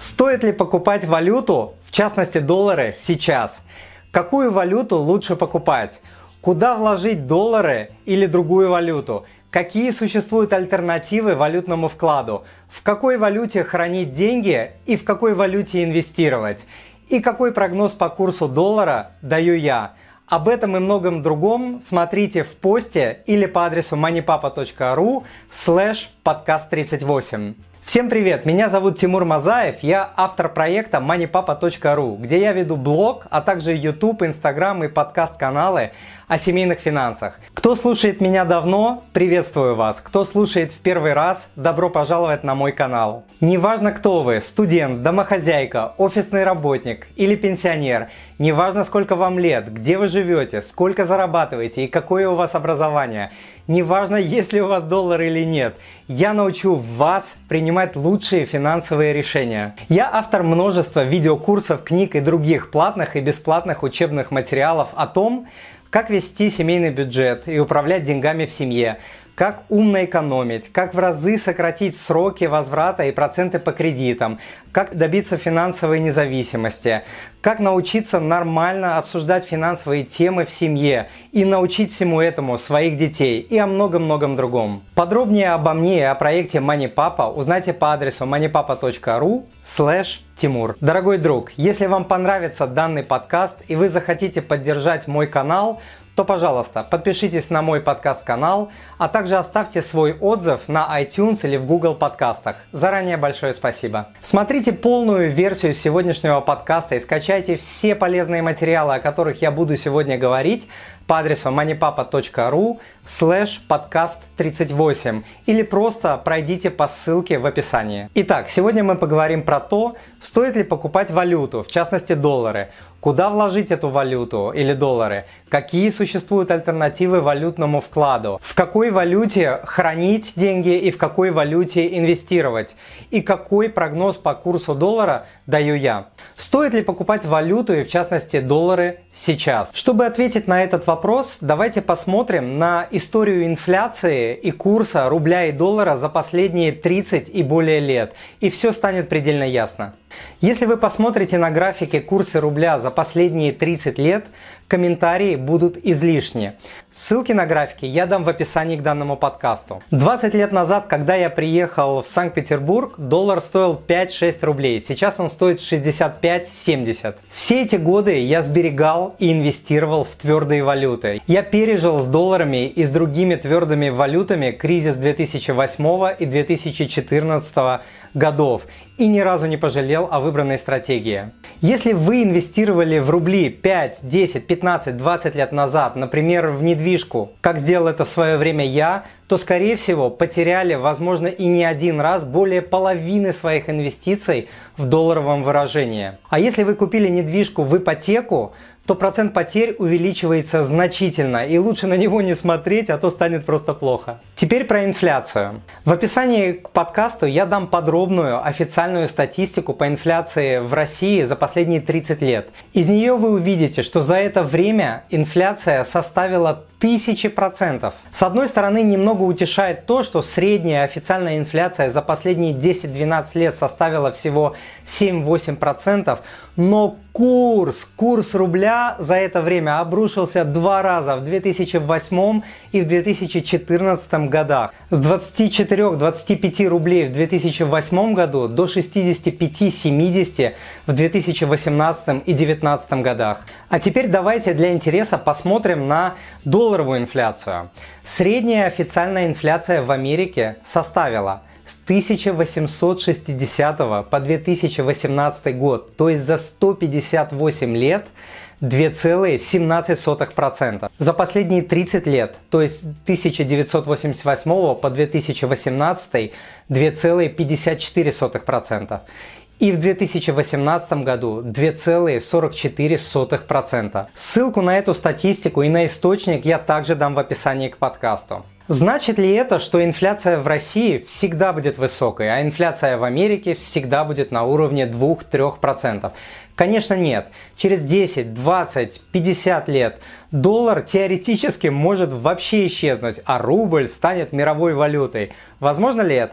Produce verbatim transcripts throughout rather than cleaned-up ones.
Стоит ли покупать валюту, в частности доллары, сейчас? Какую валюту лучше покупать? Куда вложить доллары или другую валюту? Какие существуют альтернативы валютному вкладу? В какой валюте хранить деньги и в какой валюте инвестировать? И какой прогноз по курсу доллара даю я? Об этом и многом другом смотрите в посте или по адресу moneypapa точка ру слэш подкаст тридцать восемь. Всем привет! Меня зовут Тимур Мазаев, я автор проекта moneypapa точка ру, где я веду блог, а также YouTube, Instagram и подкаст-каналы о семейных финансах. Кто слушает меня давно, приветствую вас. Кто слушает в первый раз, добро пожаловать на мой канал. Неважно, кто вы, студент, домохозяйка, офисный работник или пенсионер, неважно, сколько вам лет, где вы живете, сколько зарабатываете и какое у вас образование, неважно, есть ли у вас доллар или нет, я научу вас принимать лучшие финансовые решения. Я автор множества видеокурсов, книг и других платных и бесплатных учебных материалов о том, как вести семейный бюджет и управлять деньгами в семье, как умно экономить, как в разы сократить сроки возврата и проценты по кредитам, как добиться финансовой независимости, как научиться нормально обсуждать финансовые темы в семье и научить всему этому своих детей и о многом-многом другом. Подробнее обо мне и о проекте MoneyPapa узнайте по адресу moneypapa точка ру слэш Тимур. Дорогой друг, если вам понравится данный подкаст и вы захотите поддержать мой канал, то, пожалуйста, подпишитесь на мой подкаст-канал, а также оставьте свой отзыв на iTunes или в Google подкастах. Заранее большое спасибо. Смотрите полную версию сегодняшнего подкаста и скачайте все полезные материалы, о которых я буду сегодня говорить, по адресу moneypapa точка ру слэш подкаст тридцать восемь или просто пройдите по ссылке в описании. Итак, сегодня мы поговорим про то, стоит ли покупать валюту, в частности доллары, куда вложить эту валюту или доллары, какие существуют альтернативы валютному вкладу, в какой валюте хранить деньги и в какой валюте инвестировать, и какой прогноз по курсу доллара даю я. Стоит ли покупать валюту и в частности доллары сейчас? Чтобы ответить на этот вопрос, давайте посмотрим на историю инфляции и курса рубля и доллара за последние тридцать и более лет, и все станет предельно ясно. Если вы посмотрите на графике курса рубля за последние тридцать лет, комментарии будут излишни. Ссылки на графики я дам в описании к данному подкасту. двадцать лет назад, когда я приехал в Санкт-Петербург, доллар стоил пять-шесть рублей. Сейчас он стоит шестьдесят пять - семьдесят. Все эти годы я сберегал и инвестировал в твердые валюты. Я пережил с долларами и с другими твердыми валютами кризис две тысячи восьмого и две тысячи четырнадцатого годов и ни разу не пожалел о выбранной стратегии. Если вы инвестировали в рубли пять, десять, пятнадцать, двадцать лет назад, например, в недвижку, как сделал это в свое время я, то, скорее всего, потеряли, возможно, и не один раз более половины своих инвестиций в долларовом выражении. А если вы купили недвижку в ипотеку, то процент потерь увеличивается значительно, и лучше на него не смотреть, а то станет просто плохо. Теперь про инфляцию. В описании к подкасту я дам подробную официальную статистику по инфляции в России за последние тридцать лет. Из нее вы увидите, что за это время инфляция составила тысячи процентов. С одной стороны, немного утешает то, что средняя официальная инфляция за последние десять-двенадцать лет составила всего семь-восемь процентов, но курс, курс рубля за это время обрушился два раза в две тысячи восьмом и в две тысячи четырнадцатом годах. С двадцати четырёх - двадцати пяти рублей в две тысячи восьмом году до шестидесяти пяти - семидесяти в две тысячи восемнадцатом и две тысячи девятнадцатом годах. А теперь давайте для интереса посмотрим на долларовую инфляцию. Средняя официальная инфляция в Америке составила с тысяча восемьсот шестидесятого по две тысячи восемнадцатый год, то есть за сто пятьдесят восемь лет, две целых семнадцать сотых процента. За последние тридцать лет, то есть с тысяча девятьсот восемьдесят восьмого по две тысячи восемнадцатый, две целых пятьдесят четыре сотых процента. И в две тысячи восемнадцатом году две целых сорок четыре сотых процента. Ссылку на эту статистику и на источник я также дам в описании к подкасту. Значит ли это, что инфляция в России всегда будет высокой, а инфляция в Америке всегда будет на уровне двух-трёх процентов? Конечно, нет. Через десять, двадцать, пятьдесят лет доллар теоретически может вообще исчезнуть, а рубль станет мировой валютой. Возможно ли это?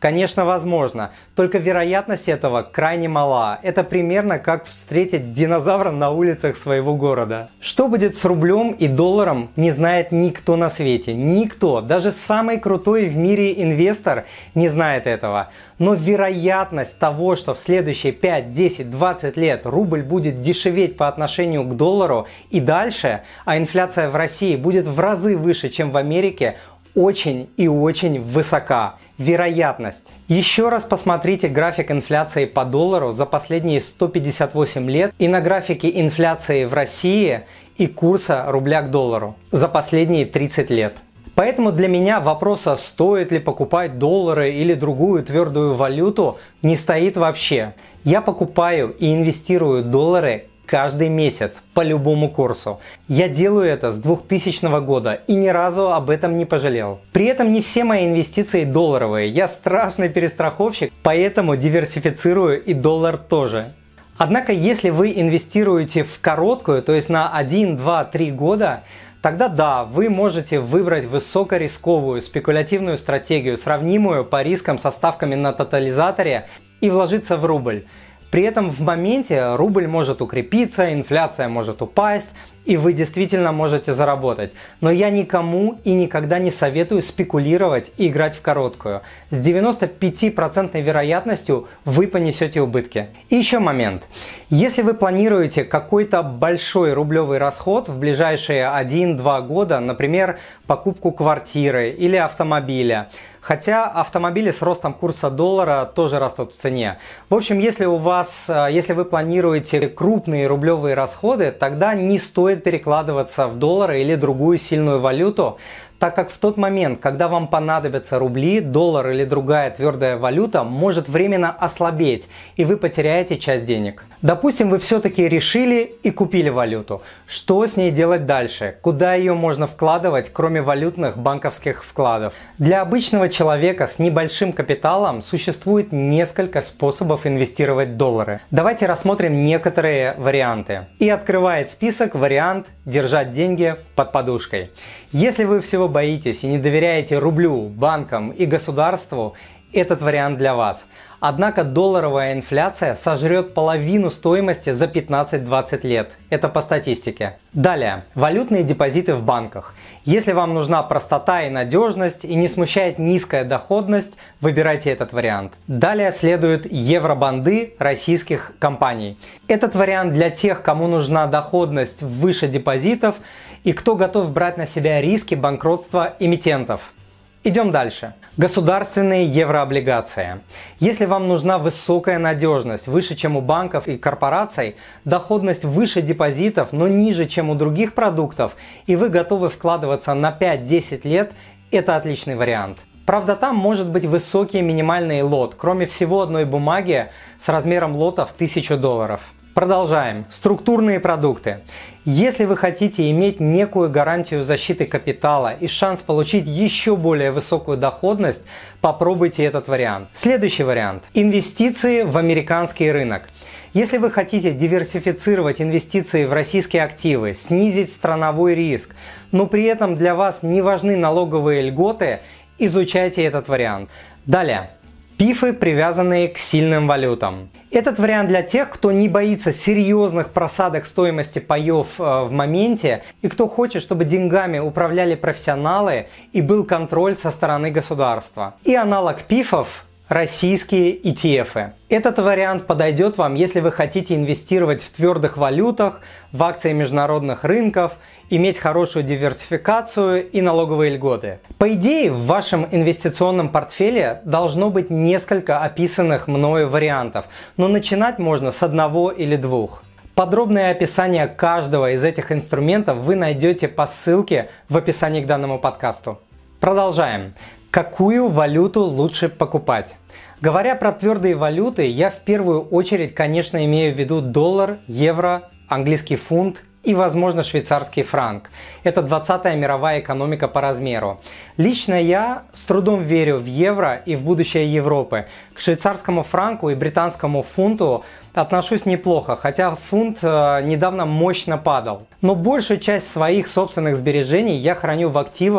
Конечно, возможно, только вероятность этого крайне мала. Это примерно как встретить динозавра на улицах своего города. Что будет с рублем и долларом, не знает никто на свете. Никто, даже самый крутой в мире инвестор не знает этого. Но вероятность того, что в следующие пять, десять, двадцать лет рубль будет дешеветь по отношению к доллару и дальше, а инфляция в России будет в разы выше, чем в Америке, очень и очень высока. Вероятность. Еще раз посмотрите график инфляции по доллару за последние сто пятьдесят восемь лет и на графике инфляции в России и курса рубля к доллару за последние тридцать лет. Поэтому для меня вопроса, стоит ли покупать доллары или другую твердую валюту, не стоит вообще. Я покупаю и инвестирую доллары каждый месяц по любому курсу. Я делаю это с двухтысячного года и ни разу об этом не пожалел. При этом не все мои инвестиции долларовые. Я страшный перестраховщик, поэтому диверсифицирую и доллар тоже. Однако, если вы инвестируете в короткую, то есть на один, два, три года, тогда да, вы можете выбрать высокорисковую спекулятивную стратегию, сравнимую по рискам со ставками на тотализаторе, и вложиться в рубль. При этом в моменте рубль может укрепиться, инфляция может упасть, и вы действительно можете заработать. Но я никому и никогда не советую спекулировать и играть в короткую. С девяносто пять процентов вероятностью вы понесете убытки. И еще момент. Если вы планируете какой-то большой рублевый расход в ближайшие один-два года, например, покупку квартиры или автомобиля, хотя автомобили с ростом курса доллара тоже растут в цене. В общем, если у вас, если вы планируете крупные рублевые расходы, тогда не стоит перекладываться в доллары или другую сильную валюту, так как в тот момент, когда вам понадобятся рубли, доллар или другая твердая валюта может временно ослабеть, и вы потеряете часть денег. Допустим, вы все-таки решили и купили валюту. Что с ней делать дальше? Куда ее можно вкладывать, кроме валютных банковских вкладов? Для обычного человека с небольшим капиталом существует несколько способов инвестировать в доллары. Давайте рассмотрим некоторые варианты. И открывает список вариант держать деньги под подушкой. Если вы всего боитесь и не доверяете рублю, банкам и государству, этот вариант для вас. Однако долларовая инфляция сожрет половину стоимости за пятнадцать-двадцать лет. Это по статистике. Далее. Валютные депозиты в банках. Если вам нужна простота и надежность и не смущает низкая доходность, выбирайте этот вариант. Далее следуют евробанды российских компаний. Этот вариант для тех, кому нужна доходность выше депозитов и кто готов брать на себя риски банкротства эмитентов. Идем дальше. Государственные еврооблигации. Если вам нужна высокая надежность, выше, чем у банков и корпораций, доходность выше депозитов, но ниже, чем у других продуктов, и вы готовы вкладываться на пять-десять лет, это отличный вариант. Правда, там может быть высокий минимальный лот, кроме всего одной бумаги с размером лота в тысячу долларов. Продолжаем. Структурные продукты. Если вы хотите иметь некую гарантию защиты капитала и шанс получить еще более высокую доходность, попробуйте этот вариант. Следующий вариант. Инвестиции в американский рынок. Если вы хотите диверсифицировать инвестиции в российские активы, снизить страновой риск, но при этом для вас не важны налоговые льготы, изучайте этот вариант. Далее. пифы, привязанные к сильным валютам. Этот вариант для тех, кто не боится серьезных просадок стоимости паев в моменте и кто хочет, чтобы деньгами управляли профессионалы и был контроль со стороны государства. И аналог пифов – российские и ти эф. Этот вариант подойдет вам, если вы хотите инвестировать в твердых валютах, в акции международных рынков, иметь хорошую диверсификацию и налоговые льготы. По идее, в вашем инвестиционном портфеле должно быть несколько описанных мною вариантов, но начинать можно с одного или двух. Подробное описание каждого из этих инструментов вы найдете по ссылке в описании к данному подкасту. Продолжаем. Какую валюту лучше покупать? Говоря про твердые валюты, я в первую очередь, конечно, имею в виду доллар, евро, английский фунт и, возможно, швейцарский франк. Это двадцатая мировая экономика по размеру. Лично я с трудом верю в евро и в будущее Европы. К швейцарскому франку и британскому фунту отношусь неплохо, хотя фунт э, недавно мощно падал. Но большую часть своих собственных сбережений я храню в активах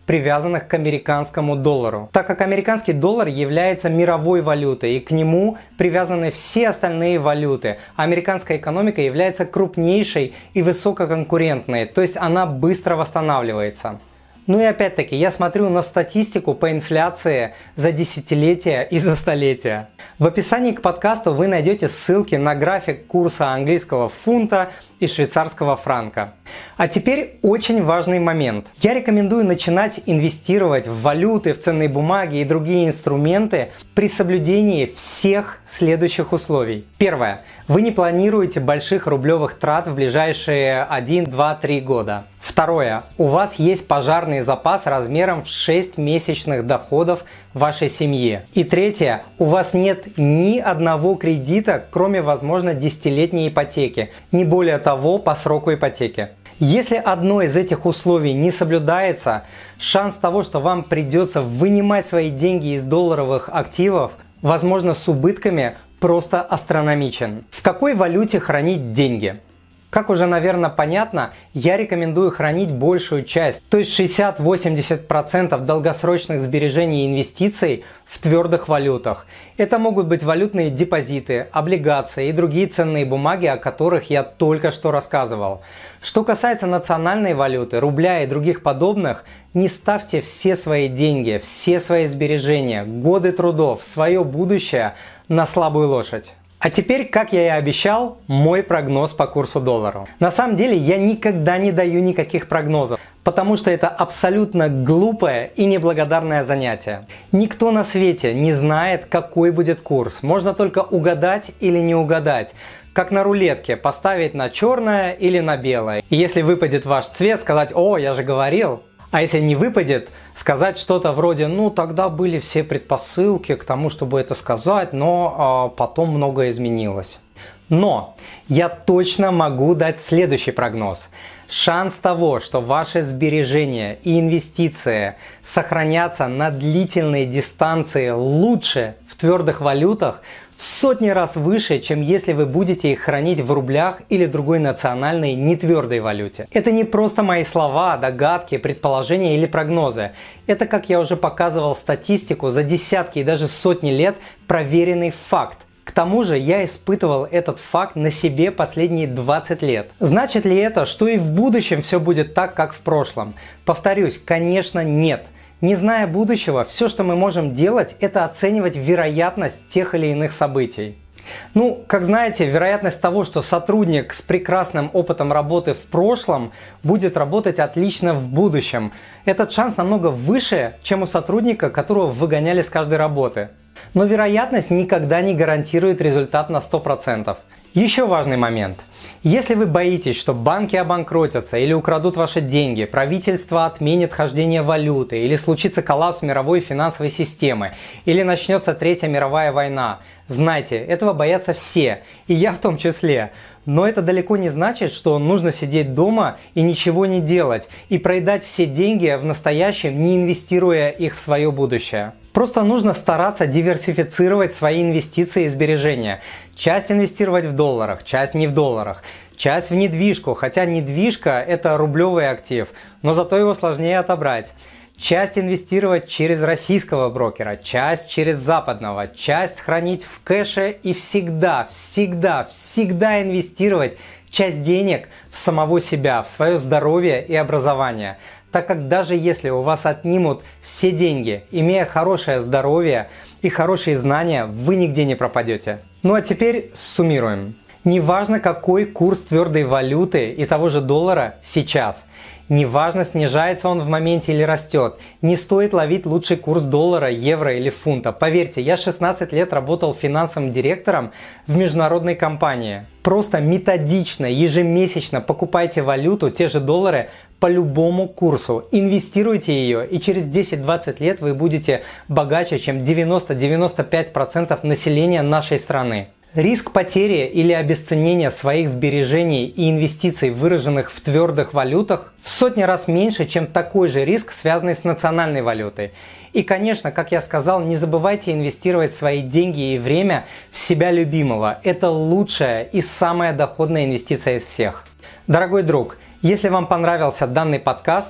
привязанных к американскому доллару. Так как американский доллар является мировой валютой и к нему привязаны все остальные валюты, американская экономика является крупнейшей и высококонкурентной, то есть она быстро восстанавливается. Ну и опять-таки, я смотрю на статистику по инфляции за десятилетия и за столетия. В описании к подкасту вы найдете ссылки на график курса английского фунта и швейцарского франка. А теперь очень важный момент. Я рекомендую начинать инвестировать в валюты, в ценные бумаги и другие инструменты при соблюдении всех следующих условий. Первое. Вы не планируете больших рублевых трат в ближайшие один, два, три года. Второе. У вас есть пожарный запас размером в шесть месячных доходов вашей семьи. И третье. У вас нет ни одного кредита, кроме, возможно, десятилетней ипотеки. Не более того, по сроку ипотеки. Если одно из этих условий не соблюдается, шанс того, что вам придется вынимать свои деньги из долларовых активов, возможно, с убытками, просто астрономичен. В какой валюте хранить деньги? Как уже, наверное, понятно, я рекомендую хранить большую часть, то есть шестьдесят-восемьдесят процентов долгосрочных сбережений и инвестиций в твердых валютах. Это могут быть валютные депозиты, облигации и другие ценные бумаги, о которых я только что рассказывал. Что касается национальной валюты, рубля и других подобных, не ставьте все свои деньги, все свои сбережения, годы трудов, свое будущее на слабую лошадь. А теперь, как я и обещал, мой прогноз по курсу доллара. На самом деле я никогда не даю никаких прогнозов, потому что это абсолютно глупое и неблагодарное занятие. Никто на свете не знает, какой будет курс. Можно только угадать или не угадать. Как на рулетке, поставить на черное или на белое. И если выпадет ваш цвет, сказать: «О, я же говорил». А если не выпадет, сказать что-то вроде: ну тогда были все предпосылки к тому, чтобы это сказать, но э, потом многое изменилось. Но я точно могу дать следующий прогноз. Шанс того, что ваши сбережения и инвестиции сохранятся на длительной дистанции лучше в твердых валютах, в сотни раз выше, чем если вы будете их хранить в рублях или другой национальной нетвердой валюте. Это не просто мои слова, догадки, предположения или прогнозы. Это, как я уже показывал статистику, за десятки и даже сотни лет проверенный факт. К тому же я испытывал этот факт на себе последние двадцать лет. Значит ли это, что и в будущем все будет так, как в прошлом? Повторюсь, конечно, нет. Не зная будущего, все, что мы можем делать, это оценивать вероятность тех или иных событий. Ну, как знаете, вероятность того, что сотрудник с прекрасным опытом работы в прошлом будет работать отлично в будущем, этот шанс намного выше, чем у сотрудника, которого выгоняли с каждой работы. Но вероятность никогда не гарантирует результат на сто процентов. Еще важный момент. Если вы боитесь, что банки обанкротятся или украдут ваши деньги, правительство отменит хождение валюты, или случится коллапс мировой финансовой системы, или начнется Третья мировая война, знайте, этого боятся все, и я в том числе. Но это далеко не значит, что нужно сидеть дома и ничего не делать, и проедать все деньги в настоящем, не инвестируя их в свое будущее. Просто нужно стараться диверсифицировать свои инвестиции и сбережения. Часть инвестировать в долларах, часть не в долларах. Часть в недвижку, хотя недвижка – это рублевый актив, но зато его сложнее отобрать. Часть инвестировать через российского брокера, часть через западного, часть хранить в кэше и всегда, всегда, всегда инвестировать часть денег в самого себя, в свое здоровье и образование. Так как даже если у вас отнимут все деньги, имея хорошее здоровье и хорошие знания, вы нигде не пропадете. Ну а теперь суммируем. Неважно, какой курс твердой валюты и того же доллара сейчас. Неважно, снижается он в моменте или растет. Не стоит ловить лучший курс доллара, евро или фунта. Поверьте, я шестнадцать лет работал финансовым директором в международной компании. Просто методично, ежемесячно покупайте валюту, те же доллары, по любому курсу. Инвестируйте ее, и через десять-двадцать лет вы будете богаче, чем девяносто-девяносто пять процентов населения нашей страны. Риск потери или обесценения своих сбережений и инвестиций, выраженных в твердых валютах, в сотни раз меньше, чем такой же риск, связанный с национальной валютой. И, конечно, как я сказал, не забывайте инвестировать свои деньги и время в себя любимого. Это лучшая и самая доходная инвестиция из всех. Дорогой друг, если вам понравился данный подкаст,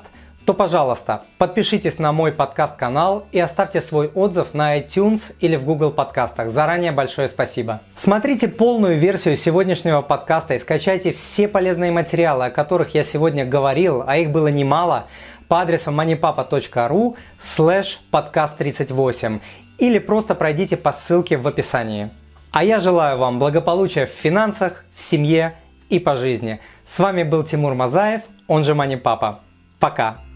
то, пожалуйста, подпишитесь на мой подкаст-канал и оставьте свой отзыв на iTunes или в Google подкастах. Заранее большое спасибо. Смотрите полную версию сегодняшнего подкаста и скачайте все полезные материалы, о которых я сегодня говорил, а их было немало, по адресу moneypapa.ru слэш подкаст тридцать восемь или просто пройдите по ссылке в описании. А я желаю вам благополучия в финансах, в семье и по жизни. С вами был Тимур Мазаев, он же Money Papa. Пока!